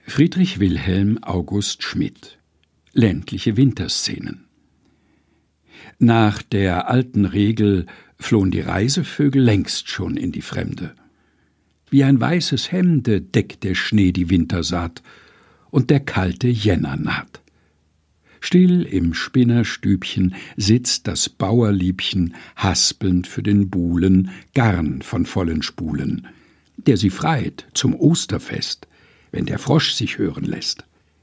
Friedrich Wilhelm August Schmidt. Ländliche Winterszenen. Nach der alten Regel flohen die Reisevögel längst schon in die Fremde. Wie ein weißes Hemde deckt der Schnee die Wintersaat, und der kalte Jänner naht. Still im Spinnerstübchen sitzt das Bauerliebchen, haspelnd für den Buhlen Garn von vollen Spulen, der sie freit zum Osterfest, wenn der Frosch sich hören lässt.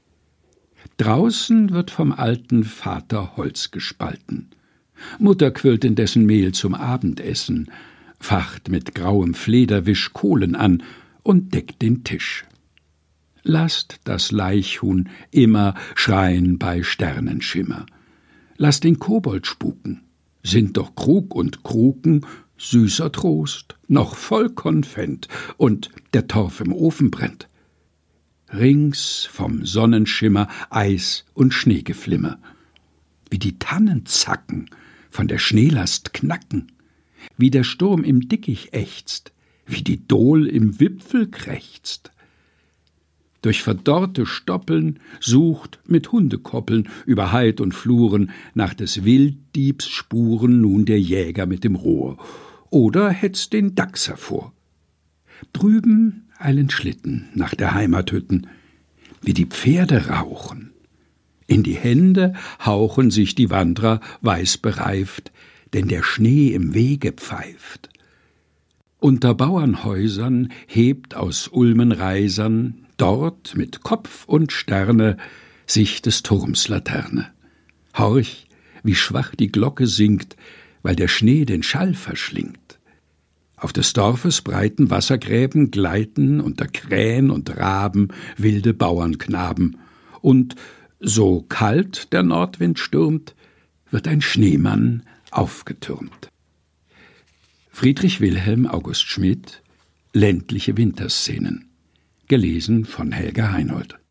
Draußen wird vom alten Vater Holz gespalten. Mutter quirlt indessen Mehl zum Abendessen, facht mit grauem Flederwisch Kohlen an und deckt den Tisch. Lasst das Laichhuhn immer schreien bei Sternenschimmer. Lasst den Kobold spuken, sind doch Krug und Kruken süßer Trost, noch voll Konfent, und der Torf im Ofen brennt. Rings vom Sonnenschimmer Eis und Schneegeflimmer, wie die Tannen zacken, von der Schneelast knacken, wie der Sturm im Dickicht ächzt, wie die Dohl im Wipfel krächzt. Durch verdorrte Stoppeln sucht mit Hundekoppeln über Heid und Fluren nach des Wilddiebs Spuren nun der Jäger mit dem Rohr oder hetzt den Dachs hervor. Drüben eilen Schlitten nach der Heimathütten, wie die Pferde rauchen. In die Hände hauchen sich die Wandrer weiß bereift, denn der Schnee im Wege pfeift. Unter Bauernhäusern hebt aus Ulmen Reisern dort mit Kopf und Sterne sich des Turms Laterne. Horch, wie schwach die Glocke singt, weil der Schnee den Schall verschlingt. Auf des Dorfes breiten Wassergräben gleiten unter Krähen und Raben wilde Bauernknaben, und so kalt der Nordwind stürmt, wird ein Schneemann aufgetürmt. Friedrich Wilhelm August Schmidt. Ländliche Winterszenen. Gelesen von Helga Heinold.